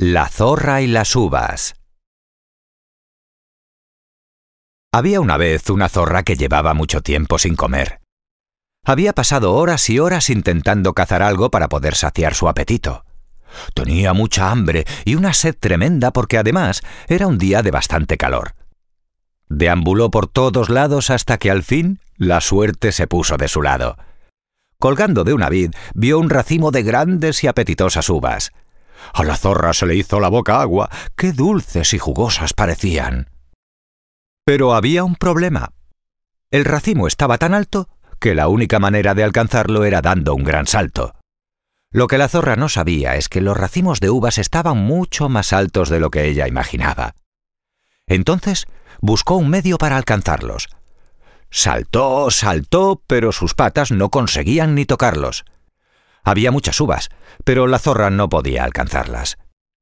La zorra y las uvas. Había una vez una zorra que llevaba mucho tiempo sin comer. Había pasado horas y horas intentando cazar algo para poder saciar su apetito. Tenía mucha hambre y una sed tremenda porque además era un día de bastante calor. Deambuló por todos lados hasta que al fin la suerte se puso de su lado. Colgando de una vid, vio un racimo de grandes y apetitosas uvas. A la zorra se le hizo la boca agua. ¡Qué dulces y jugosas parecían! Pero había un problema. El racimo estaba tan alto que la única manera de alcanzarlo era dando un gran salto. Lo que la zorra no sabía es que los racimos de uvas estaban mucho más altos de lo que ella imaginaba. Entonces buscó un medio para alcanzarlos. Saltó, pero sus patas no conseguían ni tocarlos. Había muchas uvas, pero la zorra no podía alcanzarlas.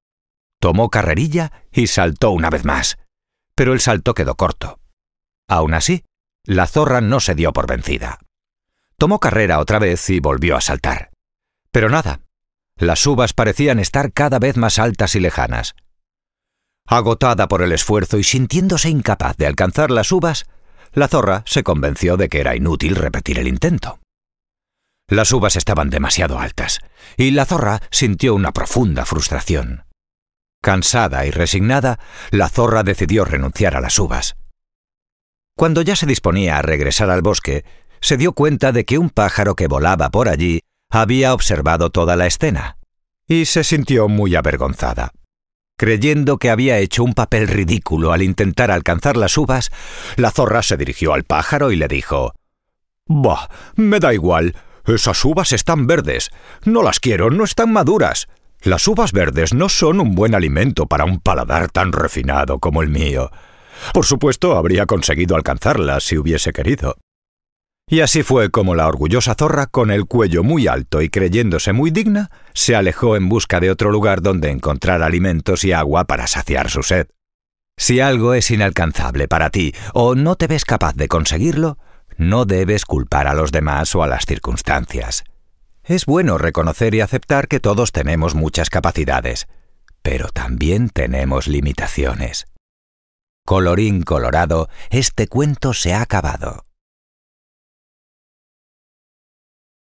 Tomó carrerilla y saltó una vez más, pero el salto quedó corto. Aún así, la zorra no se dio por vencida. Tomó carrera otra vez y volvió a saltar. Pero nada, las uvas parecían estar cada vez más altas y lejanas. Agotada por el esfuerzo y sintiéndose incapaz de alcanzar las uvas, la zorra se convenció de que era inútil repetir el intento. Las uvas estaban demasiado altas, y la zorra sintió una profunda frustración. Cansada y resignada, la zorra decidió renunciar a las uvas. Cuando ya se disponía a regresar al bosque, se dio cuenta de que un pájaro que volaba por allí había observado toda la escena, y se sintió muy avergonzada. Creyendo que había hecho un papel ridículo al intentar alcanzar las uvas, la zorra se dirigió al pájaro y le dijo: «Bah, me da igual. Esas uvas están verdes. No las quiero, no están maduras. Las uvas verdes no son un buen alimento para un paladar tan refinado como el mío. Por supuesto, habría conseguido alcanzarlas si hubiese querido». Y así fue como la orgullosa zorra, con el cuello muy alto y creyéndose muy digna, se alejó en busca de otro lugar donde encontrar alimentos y agua para saciar su sed. Si algo es inalcanzable para ti o no te ves capaz de conseguirlo, no debes culpar a los demás o a las circunstancias. Es bueno reconocer y aceptar que todos tenemos muchas capacidades, pero también tenemos limitaciones. Colorín colorado, este cuento se ha acabado.